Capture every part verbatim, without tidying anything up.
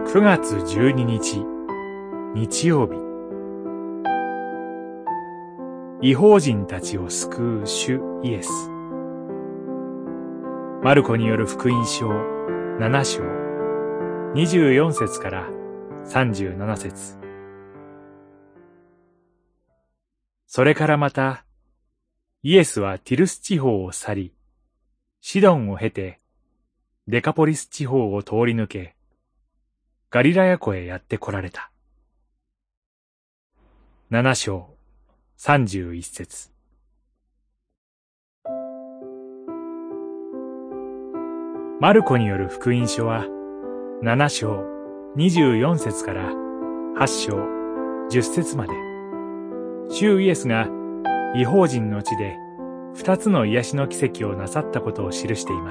くがつじゅうににち、日曜日。異邦人たちを救う主イエス。マルコによる福音書ななしょう、にじゅうよんせつからさんじゅうななせつ。それからまた、イエスはティルス地方を去り、シドンを経て、デカポリス地方を通り抜け、ガリラヤ湖へやって来られた。ななしょう、さんじゅういっせつ。マルコによる福音書は、ななしょう、にじゅうよんせつからはちしょう、じゅっせつまで、主イエスが異邦人の地で二つの癒しの奇跡をなさったことを記しています。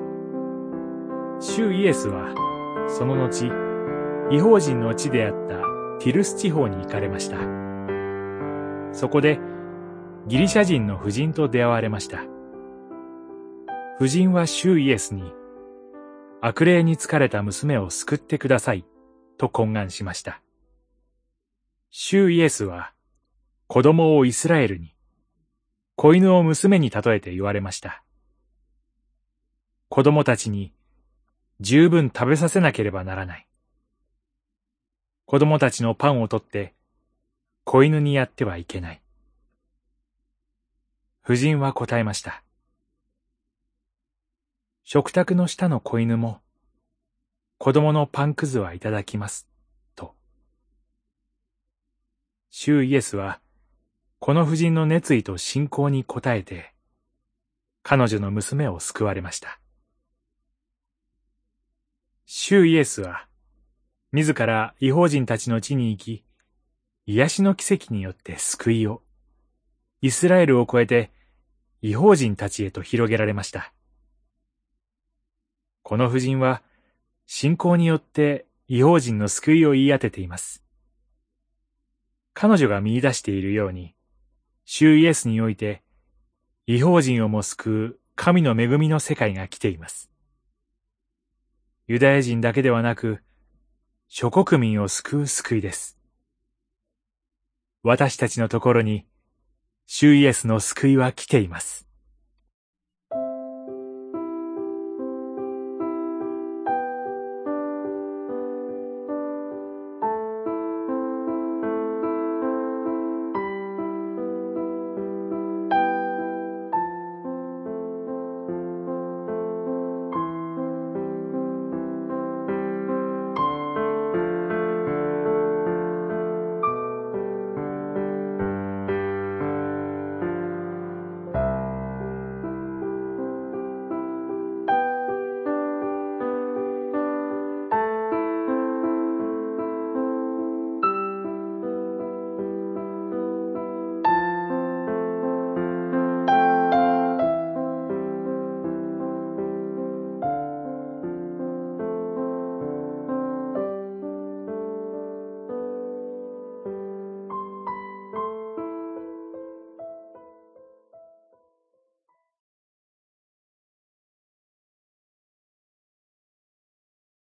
主イエスは、その後、異邦人の地であったティルス地方に行かれました。そこで、ギリシャ人の婦人と出会われました。婦人は主イエスに、悪霊に疲れた娘を救ってください、と懇願しました。主イエスは、子供をイスラエルに、子犬を娘に例えて言われました。子供たちに十分食べさせなければならない。子供たちのパンを取って子犬にやってはいけない。婦人は答えました。食卓の下の子犬も子供のパンくずはいただきます、と。主イエスはこの婦人の熱意と信仰に応えて、彼女の娘を救われました。主イエスは、自ら異邦人たちの地に行き、癒しの奇跡によって救いを、イスラエルを越えて異邦人たちへと広げられました。この婦人は、信仰によって異邦人の救いを言い当てています。彼女が見出しているように、主イエスにおいて、異邦人をも救う神の恵みの世界が来ています。ユダヤ人だけではなく、諸国民を救う救いです。私たちのところに、主イエスの救いは来ています。